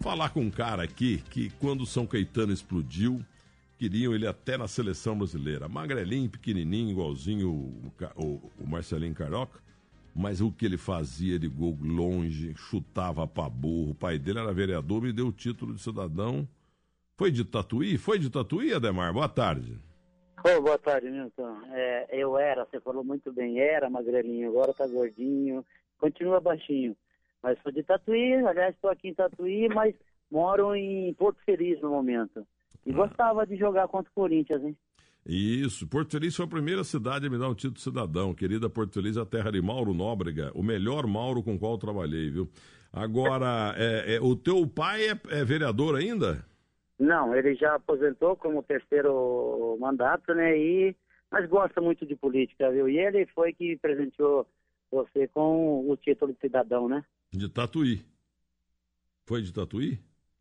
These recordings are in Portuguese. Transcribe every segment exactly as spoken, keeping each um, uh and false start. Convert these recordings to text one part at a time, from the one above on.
falar com um cara aqui que quando o São Caetano explodiu, queriam ele até na seleção brasileira. Magrelinho, pequenininho, igualzinho o, o, o Marcelinho Carioca, mas o que ele fazia de gol longe, chutava pra burro. O pai dele era vereador, me deu o título de cidadão. Foi de Tatuí? Foi de Tatuí, Ademar? Boa tarde. Oh, boa tarde, Milton. É, eu era, você falou muito bem, era magrelinho, agora tá gordinho, continua baixinho. Mas sou de Tatuí, aliás, estou aqui em Tatuí, mas moro em Porto Feliz no momento. E ah. gostava de jogar contra o Corinthians, hein? Isso, Porto Feliz foi a primeira cidade a me dar um título de cidadão. Querida Porto Feliz, a terra de Mauro Nóbrega, o melhor Mauro com o qual trabalhei, viu? Agora, é, é, o teu pai é, é vereador ainda? Não, ele já aposentou como terceiro mandato, né? E, mas gosta muito de política, viu? E ele foi que presenteou você com o título de cidadão, né? De Tatuí. Foi de Tatuí?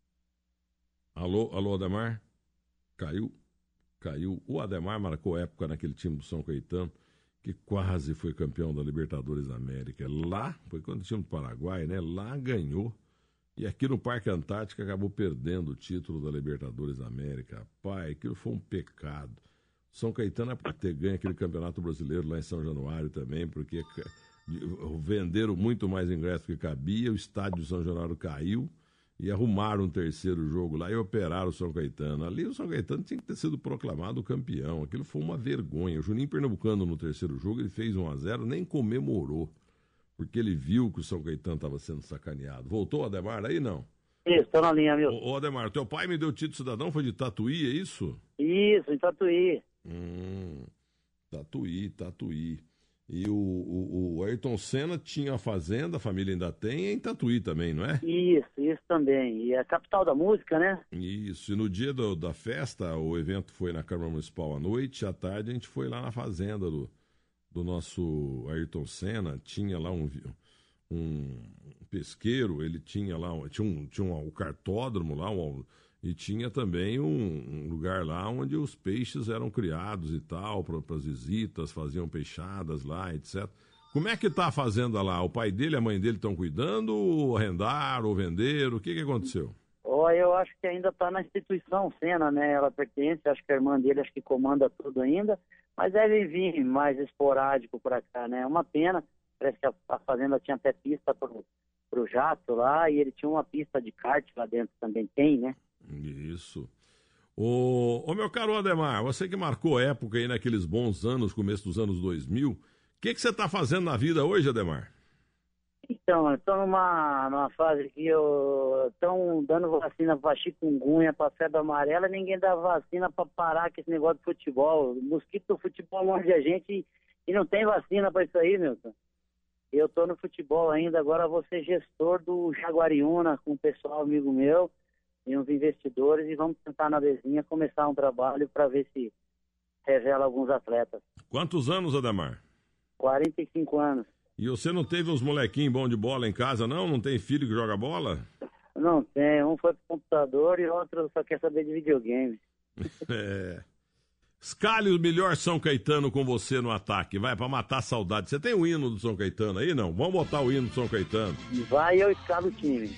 Alô, alô, Ademar? Caiu? Caiu. O Ademar marcou época naquele time do São Caetano, que quase foi campeão da Libertadores da América. Lá, foi quando o time do Paraguai, né? Lá ganhou. E aqui no Parque Antártica acabou perdendo o título da Libertadores da América. Pai, aquilo foi um pecado. São Caetano é para ter ganho aquele campeonato brasileiro lá em São Januário também, porque venderam muito mais ingressos que cabia, o estádio de São Januário caiu e arrumaram um terceiro jogo lá e operaram o São Caetano. Ali o São Caetano tinha que ter sido proclamado campeão. Aquilo foi uma vergonha. O Juninho Pernambucano no terceiro jogo, ele fez um a zero, nem comemorou, porque ele viu que o São Caetano estava sendo sacaneado. Voltou, Ademar, aí não? Isso, estou na linha, meu. Ô, ô, Ademar, teu pai me deu título de cidadão, foi de Tatuí, é isso? Isso, em Tatuí. Hum, Tatuí, Tatuí. E o, o, o Ayrton Senna tinha a fazenda, a família ainda tem, é em Tatuí também, não é? Isso, isso também. E é a capital da música, né? Isso, e no dia do, da festa, o evento foi na Câmara Municipal à noite, à tarde a gente foi lá na fazenda do, do nosso Ayrton Senna, tinha lá um, um pesqueiro, ele tinha lá, tinha um, tinha um, um cartódromo lá, um, e tinha também um, um lugar lá onde os peixes eram criados e tal, para as visitas, faziam peixadas lá, etcétera. Como é que tá a fazenda lá? O pai dele e a mãe dele estão cuidando, ou arrendaram, ou venderam? O que que aconteceu? Oh, eu acho que ainda está na instituição Senna, né? Ela pertence, acho que a irmã dele acho que comanda tudo ainda, mas deve vir mais esporádico para cá, né? É uma pena, parece que a, a fazenda tinha até pista para o jato lá, e ele tinha uma pista de kart lá dentro também, tem, né? Isso. Ô, ô meu caro Ademar, você que marcou época aí naqueles bons anos, começo dos anos dois mil, o que que você está fazendo na vida hoje, Ademar? Então, eu estou numa, numa fase que eu estão dando vacina para chikungunya, para febre amarela, ninguém dá vacina para parar com esse negócio de futebol. O mosquito do futebol morde a gente e, e não tem vacina para isso aí, Milton. Eu estou no futebol ainda, agora vou ser gestor do Jaguariúna com o pessoal amigo meu e uns investidores, e vamos tentar na vezinha começar um trabalho para ver se revela alguns atletas. Quantos anos, Ademar? quarenta e cinco anos. E você não teve uns molequinhos bons de bola em casa, não? Não tem filho que joga bola? Não tem, um foi pro computador e outro só quer saber de videogame. É. Escalhe o melhor São Caetano com você no ataque, vai, pra matar a saudade. Você tem o hino do São Caetano aí, não? Vamos botar o hino do São Caetano. Vai, eu escalo o time.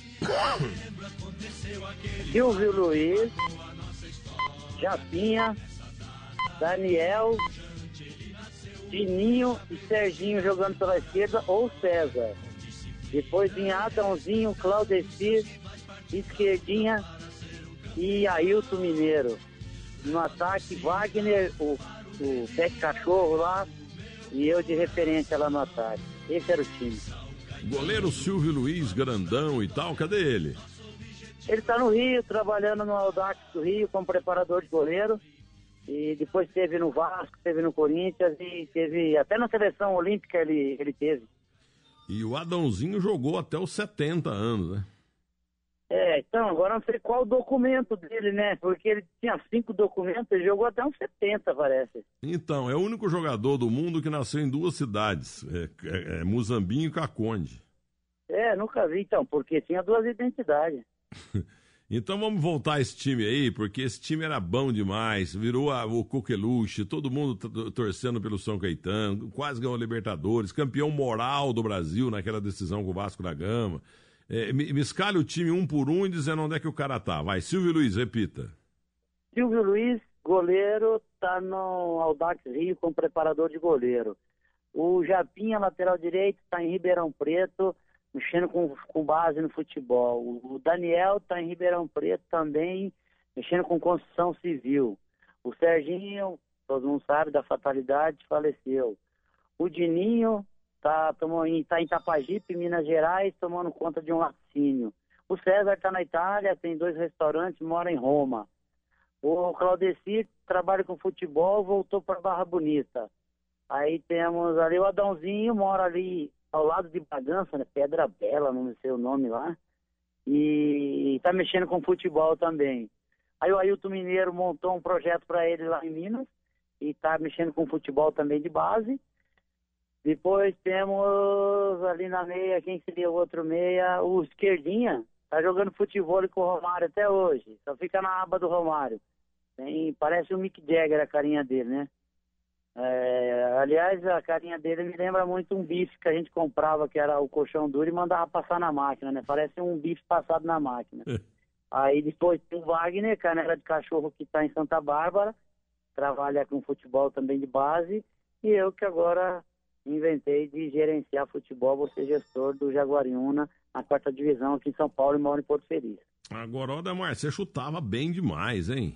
Silvio Luiz, Japinha, Daniel, Tininho e Serginho jogando pela esquerda, ou César. Depois vinha Adãozinho, Claudecir, esquerdinha e Ailton Mineiro. No ataque, Wagner, o, o pé de cachorro lá, e eu de referência lá no ataque. Esse era o time. Goleiro Silvio Luiz, grandão e tal, cadê ele? Ele está no Rio, trabalhando no Audax do Rio como preparador de goleiro. E depois teve no Vasco, teve no Corinthians e teve até na seleção olímpica ele, ele teve. E o Adãozinho jogou até os setenta anos, né? É, então, agora não sei qual o documento dele, né? Porque ele tinha cinco documentos, ele jogou até uns setenta, parece. Então, é o único jogador do mundo que nasceu em duas cidades, é, é, é Muzambinho e Caconde. É, nunca vi, então, porque tinha duas identidades. Então vamos voltar a esse time aí, porque esse time era bom demais, virou a, o coqueluche, todo mundo t- torcendo pelo São Caetano, quase ganhou a Libertadores, campeão moral do Brasil naquela decisão com o Vasco da Gama. É, me, me escalhe o time um por um e dizendo onde é que o cara tá. Vai, Silvio Luiz, repita. Silvio Luiz, goleiro, tá no Audax Rio como preparador de goleiro. O Japinha, lateral direito, tá em Ribeirão Preto, mexendo com, com base no futebol. O Daniel tá em Ribeirão Preto também, mexendo com construção civil. O Serginho, todo mundo sabe da fatalidade, faleceu. O Dininho tá, tomou em, tá em Itapajipe, Minas Gerais, tomando conta de um laticínio. O César tá na Itália, tem dois restaurantes, mora em Roma. O Claudeci trabalha com futebol, voltou para Barra Bonita. Aí temos ali o Adãozinho, mora ali ao lado de Bragança, né? Pedra Bela, não sei o nome lá. E tá mexendo com futebol também. Aí o Ailton Mineiro montou um projeto para ele lá em Minas e tá mexendo com futebol também de base. Depois temos ali na meia, quem seria o outro meia? O Esquerdinha, tá jogando futebol com o Romário até hoje. Só fica na aba do Romário. Tem, parece o Mick Jagger a carinha dele, né? É, aliás, a carinha dele me lembra muito um bife que a gente comprava, que era o colchão duro, e mandava passar na máquina, né? Parece um bife passado na máquina. Aí depois tem o Wagner, canela de cachorro, que está em Santa Bárbara, trabalha com futebol também de base, e eu que agora inventei de gerenciar futebol, vou ser gestor do Jaguariúna, na quarta divisão aqui em São Paulo e moro em Porto Feliz. Agora, Odemar, você chutava bem demais, hein?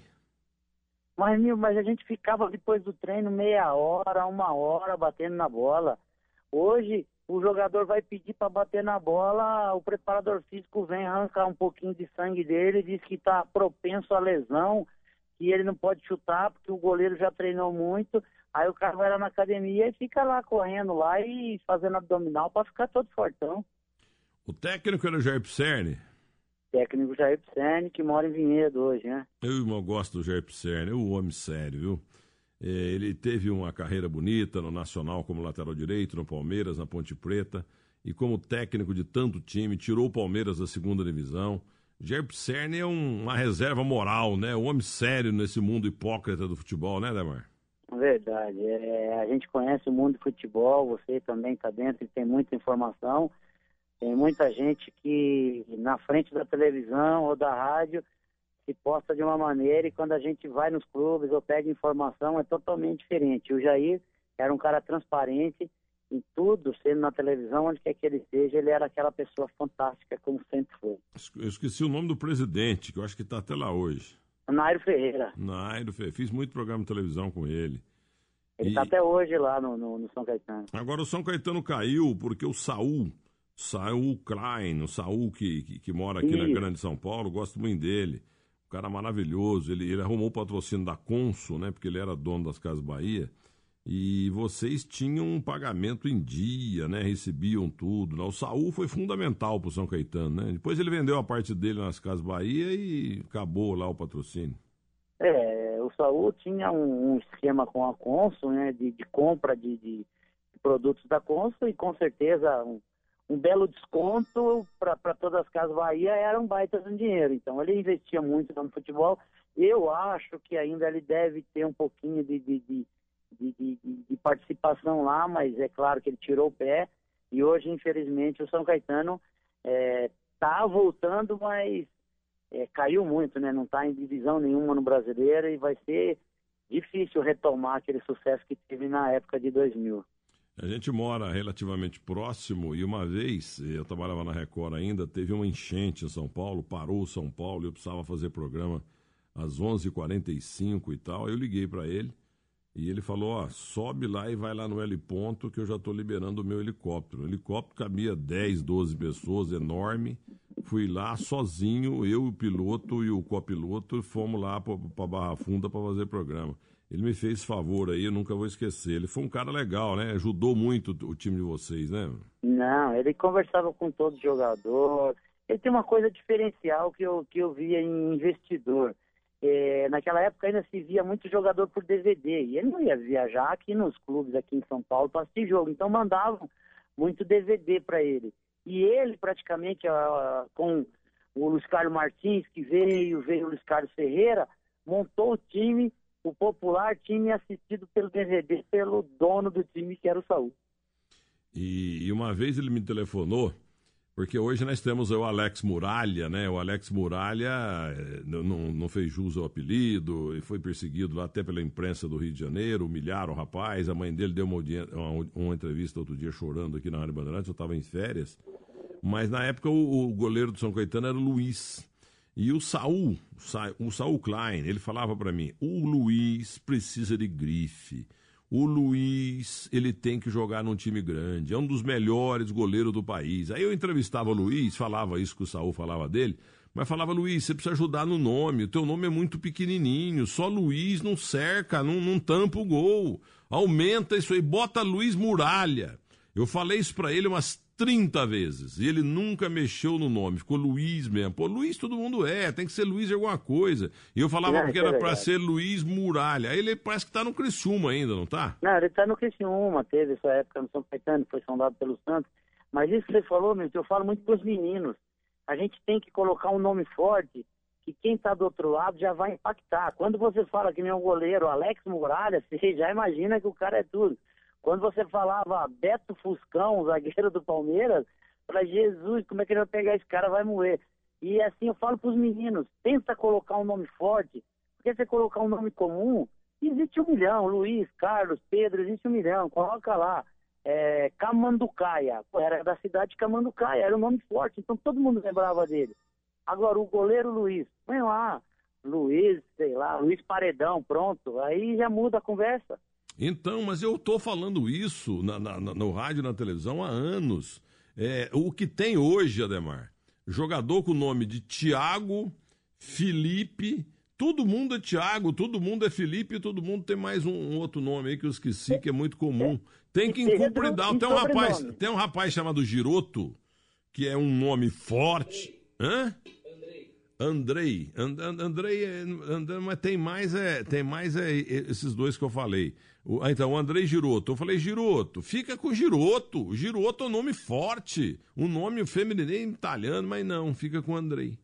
Mas, meu, mas a gente ficava depois do treino meia hora, uma hora batendo na bola. Hoje, o jogador vai pedir para bater na bola, o preparador físico vem arrancar um pouquinho de sangue dele, diz que está propenso à lesão, que ele não pode chutar porque o goleiro já treinou muito. Aí o cara vai lá na academia e fica lá correndo lá e fazendo abdominal para ficar todo fortão. O técnico era o Jair Pisserni? Técnico Jair Pisserni, que mora em Vinhedo hoje, né? Eu, irmão, gosto do Jair Pisserni, é um homem sério, viu? É, ele teve uma carreira bonita no Nacional como lateral direito, no Palmeiras, na Ponte Preta, e como técnico de tanto time, tirou o Palmeiras da segunda divisão. Jair Pisserni é um, uma reserva moral, né? Um homem sério nesse mundo hipócrita do futebol, né, Demar? Verdade. É, a gente conhece o mundo do futebol, você também está dentro e tem muita informação. Tem muita gente que na frente da televisão ou da rádio se posta de uma maneira e quando a gente vai nos clubes ou pega informação é totalmente diferente. O Jair era um cara transparente em tudo, sendo na televisão, onde quer que ele seja, ele era aquela pessoa fantástica como sempre foi. Eu esqueci o nome do presidente, que eu acho que está até lá hoje. Nairo Ferreira. Nairo Ferreira. Fiz muito programa de televisão com ele. Ele está e... até hoje lá no, no, no São Caetano. Agora o São Caetano caiu porque o Saul... Saul Klein, o Saul que, que, que mora aqui Isso. na Grande São Paulo, gosto muito dele. Um cara maravilhoso. Ele, ele arrumou o patrocínio da Consul, né? Porque ele era dono das Casas Bahia. E vocês tinham um pagamento em dia, né? Recebiam tudo. Né? O Saul foi fundamental para o São Caetano, né? Depois ele vendeu a parte dele nas Casas Bahia e acabou lá o patrocínio. É, o Saul tinha um, um esquema com a Consul, né? De, de compra de, de produtos da Consul e com certeza... Um, um belo desconto para todas as Casas Bahia era um baita de dinheiro. Então ele investia muito no futebol. Eu acho que ainda ele deve ter um pouquinho de, de, de, de, de, de participação lá, mas é claro que ele tirou o pé. E hoje, infelizmente, o São Caetano está é, voltando, mas é, caiu muito, né? Não está em divisão nenhuma no Brasileiro e vai ser difícil retomar aquele sucesso que teve na época de dois mil. A gente mora relativamente próximo e uma vez, eu trabalhava na Record ainda, teve uma enchente em São Paulo, parou São Paulo e eu precisava fazer programa às onze e quarenta e cinco e tal. Eu liguei para ele e ele falou, ó, sobe lá e vai lá no heliponto que eu já estou liberando o meu helicóptero. O helicóptero cabia dez, doze pessoas, enorme. Fui lá sozinho, eu, o piloto e o copiloto, fomos lá para Barra Funda para fazer programa. Ele me fez favor aí, eu nunca vou esquecer. Ele foi um cara legal, né? Ajudou muito o time de vocês, né? Não, ele conversava com todo jogador. Ele tem uma coisa diferencial que eu, que eu via em investidor. É, naquela época ainda se via muito jogador por D V D. E ele não ia viajar aqui nos clubes, aqui em São Paulo, para assistir jogo. Então mandavam muito D V D para ele. E ele praticamente, uh, com o Luiz Carlos Martins, que veio, veio o Luiz Carlos Ferreira, montou o time... O popular time assistido pelo D V D, pelo dono do time, que era o Saul. E, e uma vez ele me telefonou, Porque hoje nós temos o Alex Muralha, né? O Alex Muralha eh, não, não fez jus ao apelido e foi perseguido lá até pela imprensa do Rio de Janeiro, humilharam o rapaz. A mãe dele deu uma, uma, uma entrevista outro dia chorando aqui na Rádio Bandeirantes, eu estava em férias. Mas na época o, o goleiro do São Caetano era o Luiz. E o Saul, o Saul Klein, ele falava para mim, o Luiz precisa de grife. O Luiz, ele tem que jogar num time grande, é um dos melhores goleiros do país. Aí eu entrevistava o Luiz, falava isso que o Saul falava dele, mas falava, Luiz, você precisa ajudar no nome, o teu nome é muito pequenininho, só Luiz não cerca, não, não tampa o gol. Aumenta isso aí, bota Luiz Muralha. Eu falei isso pra ele umas trinta vezes, e ele nunca mexeu no nome, ficou Luiz mesmo. Pô, Luiz todo mundo é, tem que ser Luiz de alguma coisa. E eu falava não, que era é pra ser Luiz Muralha. Aí ele parece que tá no Criciúma ainda, não tá? Não, ele tá no Criciúma, teve essa época no São Caetano, foi sondado pelo Santos. Mas isso que você falou, meu, eu falo muito pros meninos. A gente tem que colocar um nome forte, que quem tá do outro lado já vai impactar. Quando você fala que nem um goleiro, Alex Muralha, você já imagina que o cara é tudo. Quando você falava Beto Fuscão, zagueiro do Palmeiras, para Jesus, como é que ele vai pegar esse cara, vai moer. E assim eu falo para os meninos, tenta colocar um nome forte, porque você colocar um nome comum, existe um milhão, Luiz, Carlos, Pedro, existe um milhão, coloca lá, é, Camanducaia, pô, era da cidade de Camanducaia, era um nome forte, então todo mundo lembrava dele. Agora o goleiro Luiz, põe lá, Luiz, sei lá, Luiz Paredão, pronto, aí já muda a conversa. Então, mas eu estou falando isso na, na, no rádio e na televisão há anos. É, o que tem hoje, Ademar, jogador com o nome de Thiago, Felipe, todo mundo é Thiago, todo mundo é Felipe, todo mundo tem mais um, um outro nome aí que eu esqueci, que é muito comum. Tem que encobridar. Tem um rapaz, tem um rapaz chamado Giroto, que é um nome forte. Hã? Andrei, And, And, Andrei, And, mas tem mais, é, tem mais é, esses dois que eu falei. O, então, o Andrei Giroto. Eu falei, Giroto, fica com Giroto. Giroto é um nome forte. Um nome feminino italiano, mas não, fica com Andrei.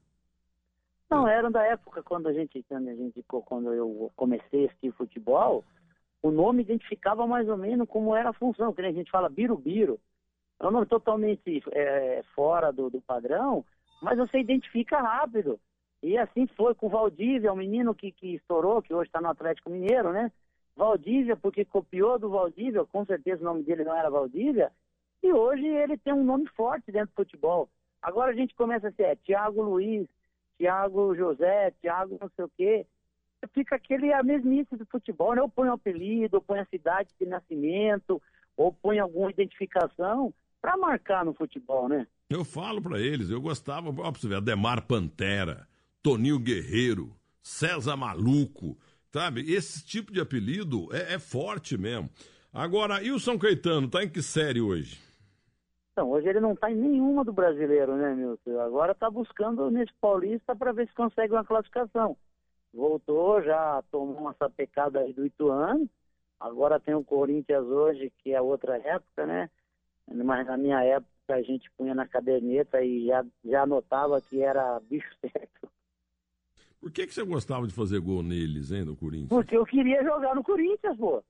Não, era da época quando a gente, quando a gente, quando eu comecei a assistir futebol, o nome identificava mais ou menos como era a função, que a gente fala Birubiru. É um nome totalmente é, fora do, do padrão, mas você identifica rápido. E assim foi com o Valdívia, um menino que, que estourou, que hoje está no Atlético Mineiro, né? Valdívia, porque copiou do Valdívia, com certeza o nome dele não era Valdívia, e hoje ele tem um nome forte dentro do futebol. Agora a gente começa a ser é, Thiago Luiz, Thiago José, Thiago não sei o quê. Fica aquele a mesmice do futebol, né? Ou põe um apelido, ou põe a cidade de nascimento, ou põe alguma identificação para marcar no futebol, né? Eu falo para eles, eu gostava, ó, pra você ver, Ademar Pantera, Toninho Guerreiro, César Maluco, sabe? Esse tipo de apelido é, é forte mesmo. Agora, e o São Caetano, tá em que série hoje? Então, hoje ele não tá em nenhuma do brasileiro, né, meu filho? Agora tá buscando nesse Paulista para ver se consegue uma classificação. Voltou, já tomou uma sapecada aí do Ituano, agora tem o Corinthians hoje, que é outra época, né? Mas na minha época a gente punha na caderneta e já, já anotava que era bicho certo. Por que, que você gostava de fazer gol neles, hein, no Corinthians? Porque eu queria jogar no Corinthians, pô.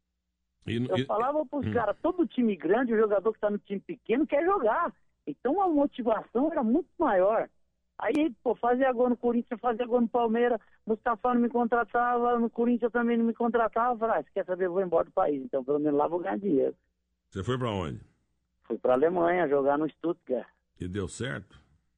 E, eu e, falava pros hum. caras, todo time grande, o jogador que tá no time pequeno quer jogar. Então a motivação era muito maior. Aí, pô, fazia gol no Corinthians, fazia gol no Palmeiras, Mustafa não me contratava, no Corinthians também não me contratava. Eu falava, ah, você quer saber, eu vou embora do país, então pelo menos lá vou ganhar dinheiro. Você foi pra onde? Fui pra Alemanha, jogar no Stuttgart. E deu certo?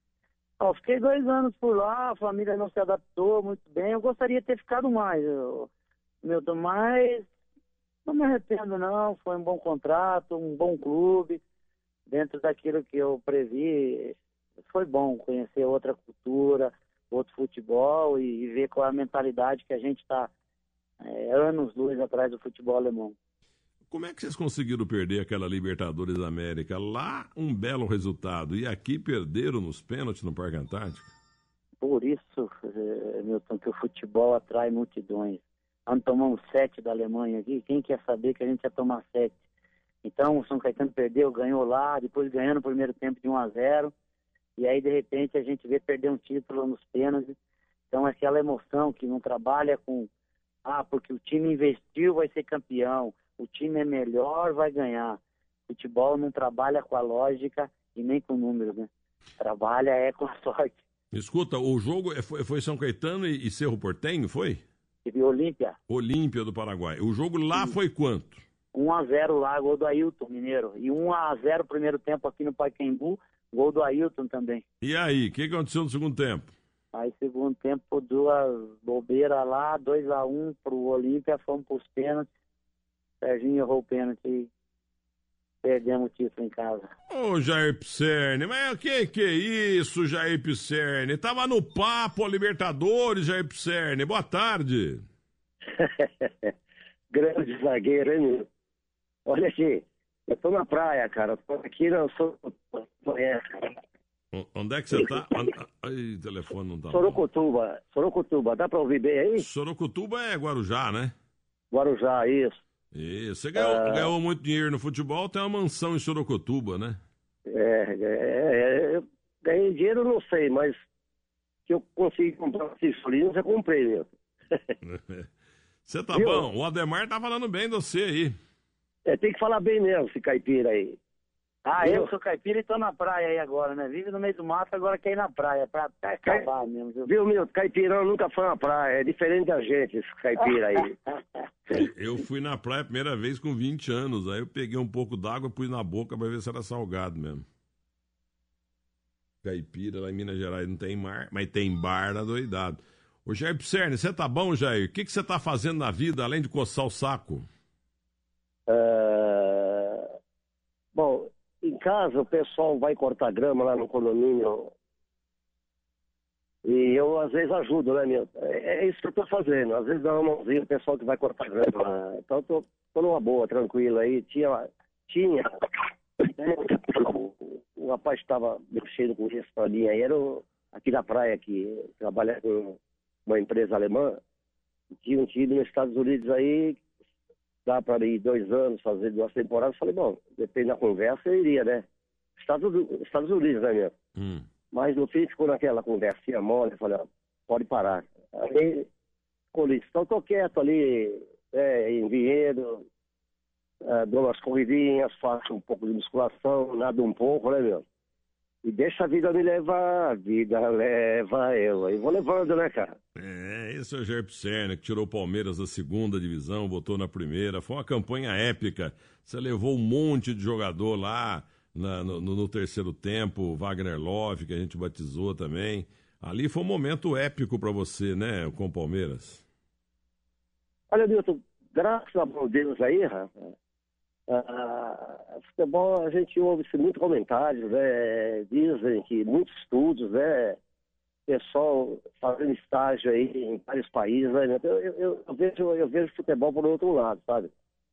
Ó, fiquei dois anos por lá, a família não se adaptou muito bem. Eu gostaria de ter ficado mais, eu, Milton, mas não me arrependo não. Foi um bom contrato, um bom clube. Dentro daquilo que eu previ, foi bom conhecer outra cultura, outro futebol e, e ver qual é a mentalidade que a gente está é, anos-luz atrás do futebol alemão. Como é que vocês conseguiram perder aquela Libertadores da América? Lá, um belo resultado. E aqui perderam nos pênaltis no Parque Antártico? Por isso, Milton, que o futebol atrai multidões. Nós tomamos sete da Alemanha aqui. Quem quer saber que a gente ia tomar sete? Então, o São Caetano perdeu, ganhou lá, depois ganhando o primeiro tempo de um a zero. E aí, de repente, a gente vê perder um título nos pênaltis. Então, aquela emoção que não trabalha com... Ah, porque o time investiu, vai ser campeão. O time é melhor, vai ganhar. Futebol não trabalha com a lógica e nem com números, né? Trabalha é com sorte. Escuta, o jogo foi, foi São Caetano e, e Cerro Porteño, foi? Teve Olímpia. Olímpia do Paraguai. O jogo lá Sim. foi quanto? um a zero lá, gol do Ailton Mineiro. E um a zero primeiro tempo aqui no Pacaembu, gol do Ailton também. E aí, o que aconteceu no segundo tempo? Aí, segundo tempo, duas bobeiras lá, dois a um pro Olímpia, fomos pros pênaltis. Serginho errou o pênalti e perdemos o título em casa. Ô, Jair Pisserni, mas o que que é isso, Jair Pisserni? Tava no papo, a Libertadores, Jair Pisserni. Boa tarde. Grande zagueiro, hein, meu? Olha aqui, eu tô na praia, cara. Tô aqui, não sou... O- Onde é que você tá? Onde- Ai, o telefone não tá bom. Sorocotuba, Sorocotuba, dá pra ouvir bem aí? Sorocotuba é Guarujá, né? Guarujá, isso. Isso. Você ganhou, Ah. ganhou muito dinheiro no futebol, tem uma mansão em Sorocotuba, né? É, é, é, eu ganhei dinheiro, não sei, mas que eu consegui comprar assessorias, eu comprei, meu. Você tá Viu? bom? O Ademar tá falando bem de você aí. É, tem que falar bem mesmo, esse caipira aí. Ah, Viu? eu sou caipira e tô na praia aí agora, né? Vive no meio do mato, agora quer ir na praia, pra até acabar mesmo, viu? Viu, meu? Caipirão nunca foi na praia, é diferente da gente, esse caipira aí. Eu fui na praia a primeira vez com vinte anos, aí eu peguei um pouco d'água, pus na boca pra ver se era salgado mesmo. Caipira lá em Minas Gerais não tem mar, mas tem bar da doidado. Ô Jair Pisserni, você tá bom, Jair? O que que você tá fazendo na vida, além de coçar o saco? Ah, bom, em casa o pessoal vai cortar grama lá no condomínio e eu às vezes ajudo, né, meu? É, é isso que eu tô fazendo. Às vezes dá uma mãozinha o pessoal que vai cortar grama lá. Então eu tô, tô numa boa, tranquilo aí. Tinha, tinha, o, o rapaz que estava mexendo com isso pra mim aí era o, aqui da praia, que trabalha com uma empresa alemã. Tinha um time nos Estados Unidos aí, dá para ir dois anos, fazer duas temporadas. Falei, bom, depende da conversa, eu iria, né? Estados, Estados Unidos, né, meu? Hum. Mas no fim ficou naquela conversinha mole, falei, ó, pode parar. Aí ficou ali, então tô quieto ali, é, em Vinhedo, é, dou umas corridinhas, faço um pouco de musculação, nado um pouco, né, meu? E deixa a vida me levar, a vida leva eu. Aí vou levando, né, cara? É, esse é o Jair Pisserni, que tirou o Palmeiras da segunda divisão, botou na primeira. Foi uma campanha épica. Você levou um monte de jogador lá na- no, no terceiro tempo, Wagner Love, que a gente batizou também. Ali foi um momento épico para você, né, com o Palmeiras. Olha, Milton, graças a Deus aí, rapaz, ah, futebol a gente ouve muito comentários, né? Dizem que muitos estudos, né? Pessoal fazendo estágio aí em vários países, né? Eu, eu, eu vejo, eu vejo futebol por outro lado, sabe?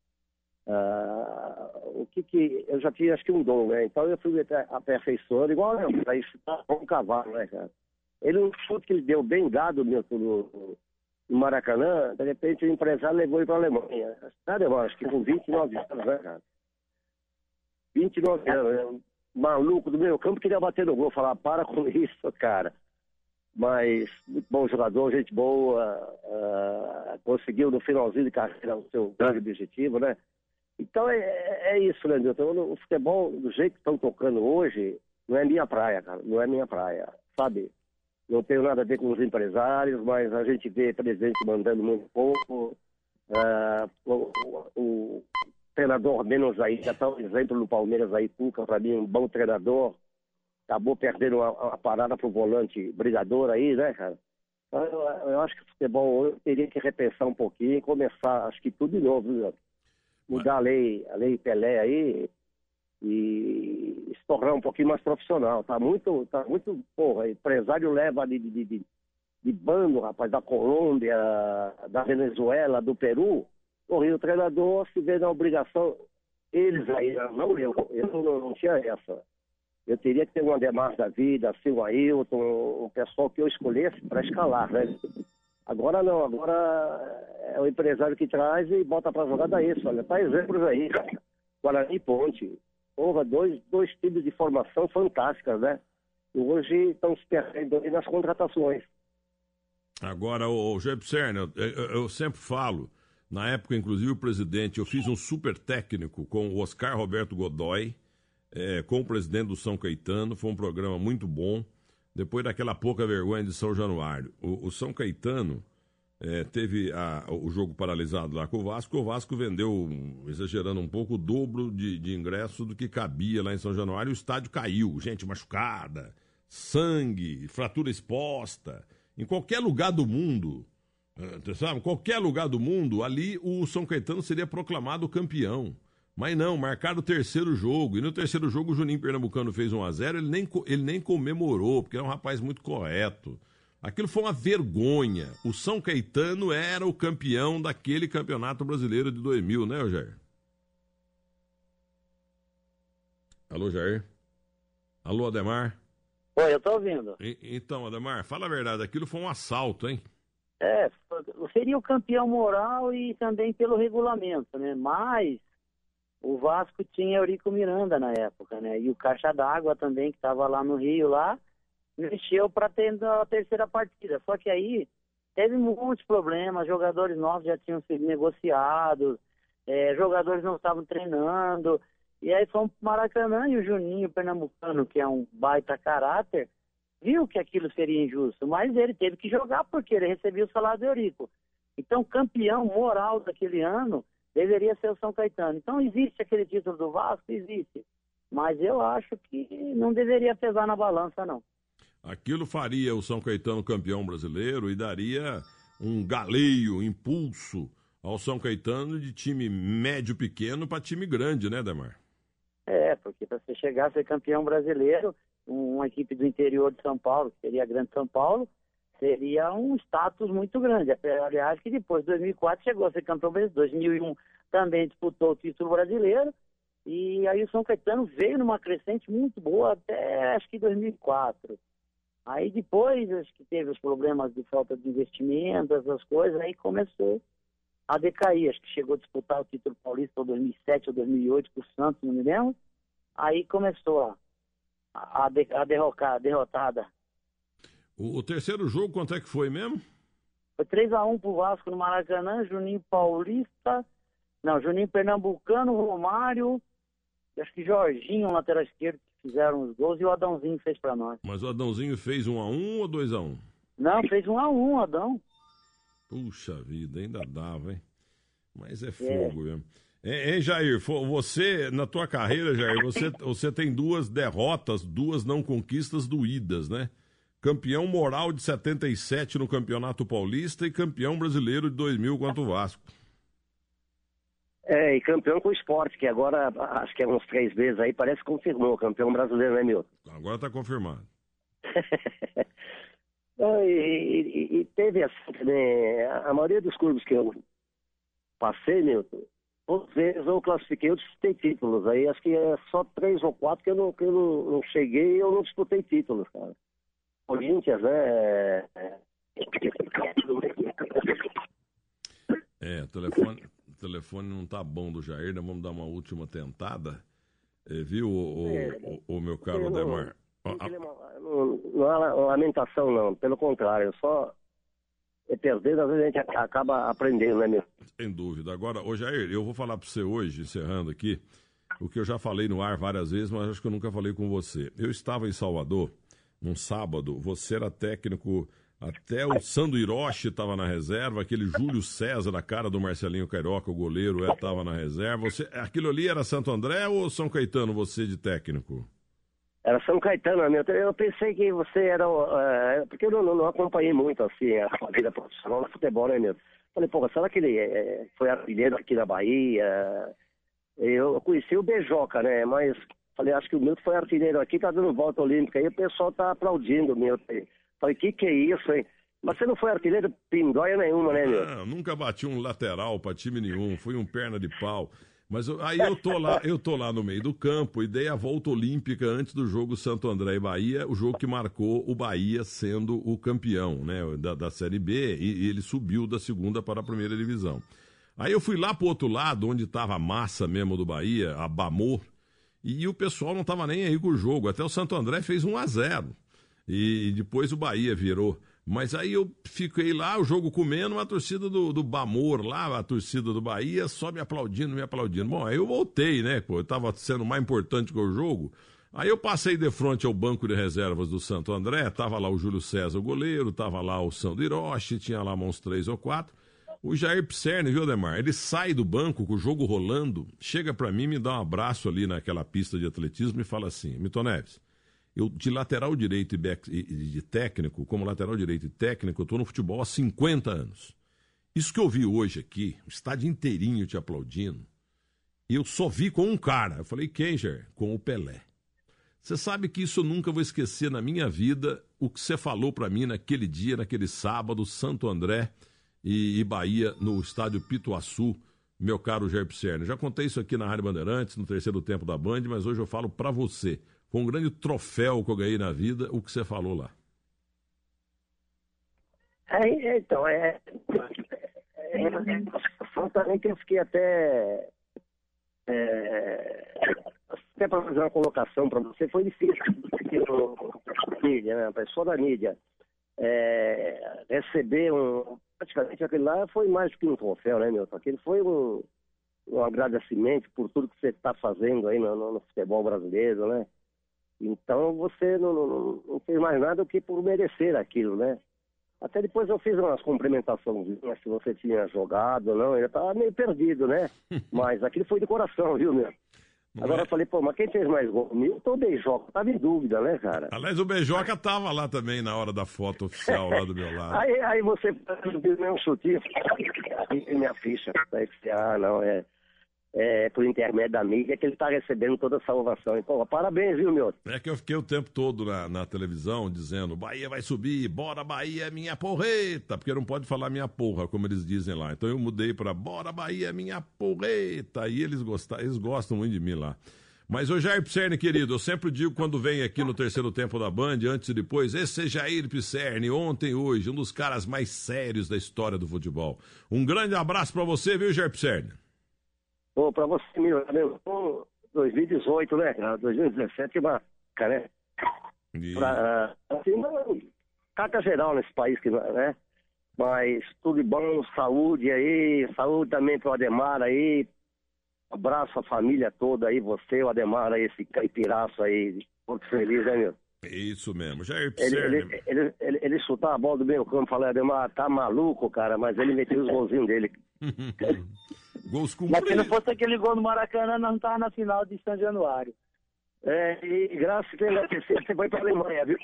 Ah, o que que... Eu já tinha, acho que um dom, né? Então eu fui aperfeiçoando, igual eu, pra isso tá com um cavalo, né, cara? Ele, um chute que ele deu bem dado, Milton, no, no Maracanã, de repente o empresário levou ele para a Alemanha. Sabe, eu acho que com vinte e nove anos, né, cara? vinte e nove anos, né? Maluco do meio campo, queria bater no gol, falar, para com isso, cara. Mas, muito bom jogador, gente boa, uh, conseguiu no finalzinho de carreira o seu grande objetivo, né? Então é, é isso, né, Milton? O futebol, do jeito que estão tocando hoje, não é minha praia, cara, não é minha praia, sabe? Não tenho nada a ver com os empresários, mas a gente vê presidente mandando muito pouco, uh, o, o, o treinador menos aí, já tá um exemplo no Palmeiras aí, Cuca, para mim, um bom treinador, acabou perdendo a, a parada pro volante brigador aí, né, cara? Então, eu, eu acho que o futebol eu teria que repensar um pouquinho e começar, acho que tudo de novo, viu? Mudar a lei, a lei Pelé aí e se tornar um pouquinho mais profissional. Tá muito, tá muito, porra, empresário leva de, de, de, de bando, rapaz, da Colômbia, da Venezuela, do Peru. Porra, e o treinador se vê na obrigação, eles aí, não eu, eu não, não tinha essa. Eu teria que ter um Ademar da vida, assim, um Ailton, um pessoal que eu escolhesse para escalar, né? Agora não, agora é o empresário que traz e bota para jogar daí isso, olha, tá exemplos aí, cara. Guarani e Ponte. Porra, dois, dois tipos de formação fantásticas, né? E hoje estão se perdendo aí nas contratações. Agora, o Jair Pisserni, eu, eu, eu sempre falo, na época, inclusive, o presidente, eu fiz um super técnico com o Oscar Roberto Godoy, é, com o presidente do São Caetano, foi um programa muito bom, depois daquela pouca vergonha de São Januário. O, o São Caetano é, teve a, o jogo paralisado lá com o Vasco, o Vasco vendeu, exagerando um pouco, o dobro de, de ingressos do que cabia lá em São Januário, e o estádio caiu, gente machucada, sangue, fratura exposta. Em qualquer lugar do mundo, sabe, qualquer lugar do mundo, ali o São Caetano seria proclamado campeão. Mas não, marcaram o terceiro jogo. E no terceiro jogo o Juninho Pernambucano fez um a zero, ele nem, ele nem comemorou, porque é um rapaz muito correto. Aquilo foi uma vergonha. O São Caetano era o campeão daquele campeonato brasileiro de dois mil, né, Jair? Alô, Jair? Alô, Ademar? Oi, eu tô ouvindo. E, então, Ademar, fala a verdade, aquilo foi um assalto, hein? É, seria o campeão moral e também pelo regulamento, né? Mas o Vasco tinha Eurico Miranda na época, né? E o Caixa d'Água também, que estava lá no Rio, lá, mexeu para ter a terceira partida. Só que aí teve muitos problemas, jogadores novos já tinham sido negociados, é, jogadores não estavam treinando, e aí fomos pro Maracanã e o Juninho Pernambucano, que é um baita caráter, viu que aquilo seria injusto, mas ele teve que jogar porque ele recebia o salário do Eurico. Então, campeão moral daquele ano deveria ser o São Caetano. Então, existe aquele título do Vasco? Existe. Mas eu acho que não deveria pesar na balança, não. Aquilo faria o São Caetano campeão brasileiro e daria um galeio, impulso ao São Caetano de time médio-pequeno para time grande, né, Ademar? É, porque para você chegar a ser campeão brasileiro, uma equipe do interior de São Paulo, que seria a Grande São Paulo, seria um status muito grande. Aliás, que depois de dois mil e quatro chegou a ser campeão brasileiro, dois mil e um também disputou o título brasileiro, e aí o São Caetano veio numa crescente muito boa até acho que dois mil e quatro. Aí depois, acho que teve os problemas de falta de investimento, essas coisas, aí começou a decair. Acho que chegou a disputar o título paulista em dois mil e sete ou dois mil e oito com o Santos, não me lembro. Aí começou a A, de, a, derrocar, a derrotada. O, o terceiro jogo, quanto é que foi mesmo? Foi três a um pro Vasco no Maracanã, Juninho Paulista, não, Juninho Pernambucano, Romário, acho que Jorginho, lateral esquerdo, que fizeram os gols, e o Adãozinho fez pra nós. Mas o Adãozinho fez um a um ou dois a um? Não, fez um a um, o Adão. Puxa vida, ainda dava, hein? Mas é fogo é. mesmo. Hein, Jair, você, na tua carreira, Jair, você, você tem duas derrotas, duas não conquistas doídas, né? Campeão moral de setenta e sete no Campeonato Paulista e campeão brasileiro de dois mil contra o Vasco. É, e campeão com o Sport, que agora, acho que é uns três vezes aí, parece que confirmou, campeão brasileiro, né, Milton? Agora tá confirmado. e, e, e teve assim, né, a maioria dos clubes que eu passei, Milton, todos eles eu classifiquei, eu disputei títulos. Aí acho que é só três ou quatro que eu não, que eu não, não cheguei e eu não disputei títulos, cara. Corinthians, né? É, o telefone, o telefone não tá bom do Jair, né? Vamos dar uma última tentada. É, viu, o, é, o, o meu caro Ademar? Não, não, não há lamentação, não. Pelo contrário, só... é perder, às vezes a gente acaba aprendendo, né, meu? Sem dúvida. Agora, ô Jair, eu vou falar para você hoje, encerrando aqui, o que eu já falei no ar várias vezes, mas acho que eu nunca falei com você. Eu estava em Salvador, num sábado, você era técnico, até o Sandro Hiroshi estava na reserva, aquele Júlio César, a cara do Marcelinho Carioca, o goleiro, estava na reserva. Você, aquilo ali era Santo André ou São Caetano, você de técnico? Era São Caetano, meu. Eu pensei que você era... Uh, porque eu não, não acompanhei muito, assim, a vida profissional no futebol, né, meu? Falei, pô, será que ele é, foi artilheiro aqui na Bahia? Eu conheci o Beijoca, né? Mas falei, acho que o Milton foi artilheiro aqui, tá dando volta olímpica aí, o pessoal tá aplaudindo o Milton. Falei, que que é isso, hein? Mas você não foi artilheiro pindóia nenhuma, né, meu? Não, nunca bati um lateral pra time nenhum, fui um perna de pau. Mas eu, aí eu tô lá, eu tô lá no meio do campo e dei a volta olímpica antes do jogo Santo André e Bahia, o jogo que marcou o Bahia sendo o campeão, né, da, da Série B, e, e ele subiu da segunda para a primeira divisão. Aí eu fui lá pro outro lado, onde tava a massa mesmo do Bahia, a Bamor, e o pessoal não tava nem aí com o jogo, até o Santo André fez um a zero. E depois o Bahia virou Mas aí eu fiquei lá, o jogo comendo, a torcida do, do Bamor lá, a torcida do Bahia, só me aplaudindo, me aplaudindo. Bom, aí eu voltei, né, pô, eu tava sendo mais importante que o jogo. Aí eu passei de frente ao banco de reservas do Santo André, tava lá o Júlio César, o goleiro, tava lá o Sandro Hiroshi, tinha lá uns três ou quatro. O Jair Pisserni, viu, Ademar? Ele sai do banco com o jogo rolando, chega pra mim, me dá um abraço ali naquela pista de atletismo e fala assim, Milton Neves, eu de lateral direito e, back, e de técnico, como lateral direito e técnico, eu tô no futebol há cinquenta anos. Isso que eu vi hoje aqui, o estádio inteirinho te aplaudindo, eu só vi com um cara. Eu falei, quem, Jair? Com o Pelé. Você sabe que isso eu nunca vou esquecer na minha vida, o que você falou pra mim naquele dia, naquele sábado, Santo André e, e Bahia, no estádio Pituaçu, meu caro Jair Pisserni. Já contei isso aqui na Rádio Bandeirantes, no terceiro tempo da Band, mas hoje eu falo pra você. Foi um grande troféu que eu ganhei na vida, o que você falou lá. É, então, é... é, é também que eu fiquei até... É, até para fazer uma colocação para você, foi difícil. Mídia, né? A pessoa da mídia é, receber um... Praticamente aquele lá foi mais do que um troféu, né, meu? Aquele foi um, um agradecimento por tudo que você está fazendo aí no, no, no futebol brasileiro, né? Então você não, não, não fez mais nada do que por merecer aquilo, né? Até depois eu fiz umas cumprimentações, se você tinha jogado ou não, eu estava meio perdido, né? Mas aquilo foi de coração, viu, meu? Não Agora é? Eu falei, pô, mas quem fez mais gol? Milton ou Beijoca? Eu tava em dúvida, né, cara? Aliás, o Beijoca tava lá também na hora da foto oficial, lá do meu lado. aí, aí você fez um chutinho, minha ficha. Aí, ah, não, é... É, por intermédio da mídia, que ele está recebendo toda essa ovação. Então, parabéns, viu, meu? É que eu fiquei o tempo todo na, na televisão dizendo, Bahia vai subir, bora Bahia, minha porreta, porque não pode falar minha porra, como eles dizem lá. Então eu mudei para bora Bahia, minha porreta, e eles, gostam, eles gostam muito de mim lá. Mas, ô Jair Pisserni, querido, eu sempre digo quando vem aqui no terceiro tempo da Band, antes e depois, esse é Jair Pisserni, ontem e hoje, um dos caras mais sérios da história do futebol. Um grande abraço para você, viu, Jair Pisserni? Pô, pra você, meu, dois mil e dezoito, né, cara? dois mil e dezessete, uma, cara, né? E... Pra, assim, uma carta geral nesse país, que, né? Mas tudo de bom, saúde aí, saúde também pro Ademar aí. Abraço a família toda aí, você, o Ademar aí, esse caipiraço aí, muito feliz, né, meu? É isso mesmo, Jair Pisserni. Ele, ele, ele, ele, ele chutar a bola do meio campo, falei, Ademar, tá maluco, cara, mas ele meteu os golzinhos dele. Gols cumpridos. Mas se não fosse aquele gol no Maracanã, não estava na final de São Januário. É, e graças a Deus, você foi para a Alemanha, viu?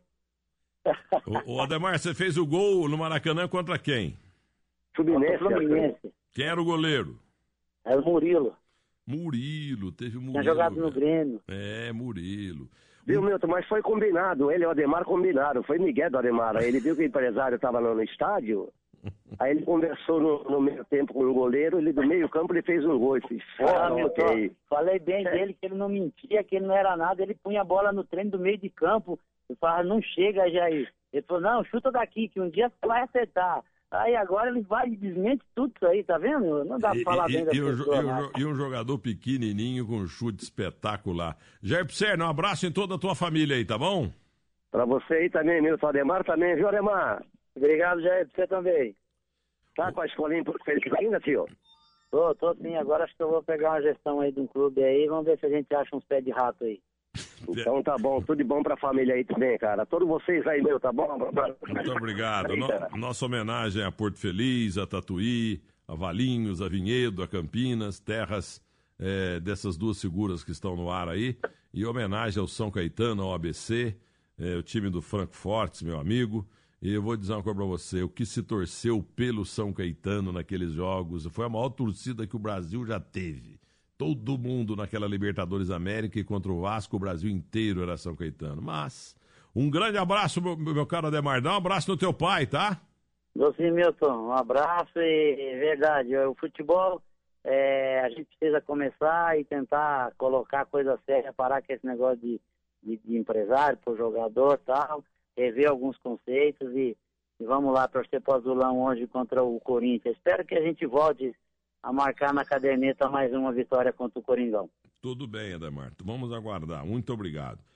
Ô, Ademar, você fez o gol no Maracanã contra quem? Fluminense. Fluminense. Quem era o goleiro? Era o Murilo. Murilo, teve Murilo. Tinha jogado no Grêmio. É, Murilo. Viu, Milton, mas foi combinado, ele e o Ademar combinaram, foi Miguel do Ademar. Ele viu que o empresário estava no, no estádio, aí ele conversou no, no meio tempo com o goleiro, ele do meio campo ele fez um gol. Fiz, ah, Milton, falei bem dele, que ele não mentia, que ele não era nada, ele punha a bola no treino do meio de campo, eu falava, não chega, Jair. Ele falou, não, chuta daqui, que um dia você vai acertar. Aí agora ele vai e desmente tudo isso aí, tá vendo? Não dá pra falar e, bem e, da e pessoa. Um, e um jogador pequenininho com um chute espetacular. Jair Pisserni, um abraço em toda a tua família aí, tá bom? Pra você aí também, Milton. Ademar também, viu, Ademar? Obrigado, Jair, pra você também. Tá com a escolinha por feliz ainda, tio? Tô, tô sim. Agora acho que eu vou pegar uma gestão aí de um clube aí, vamos ver se a gente acha uns pés de rato aí. Então tá bom, tudo de bom pra família aí também, cara. Todos vocês aí, meu, tá bom? Muito obrigado. No, nossa homenagem a Porto Feliz, a Tatuí, a Valinhos, a Vinhedo, a Campinas, terras é, dessas duas figuras que estão no ar aí. E homenagem ao São Caetano, ao A B C, é, o time do Frankfurt, meu amigo. E eu vou dizer uma coisa pra você, o que se torceu pelo São Caetano naqueles jogos foi a maior torcida que o Brasil já teve. Todo mundo naquela Libertadores América e contra o Vasco, o Brasil inteiro era São Caetano. Mas, um grande abraço, meu, meu caro Ademar. Dá um abraço no teu pai, tá? Você, Milton, um abraço e verdade, o futebol, é, a gente precisa começar e tentar colocar coisa séria, parar com esse negócio de, de, de empresário, pro jogador e tal, rever alguns conceitos e, e vamos lá, torcer pro Azulão hoje contra o Corinthians. Espero que a gente volte a marcar na caderneta mais uma vitória contra o Coringão. Tudo bem, Ademar. Vamos aguardar. Muito obrigado.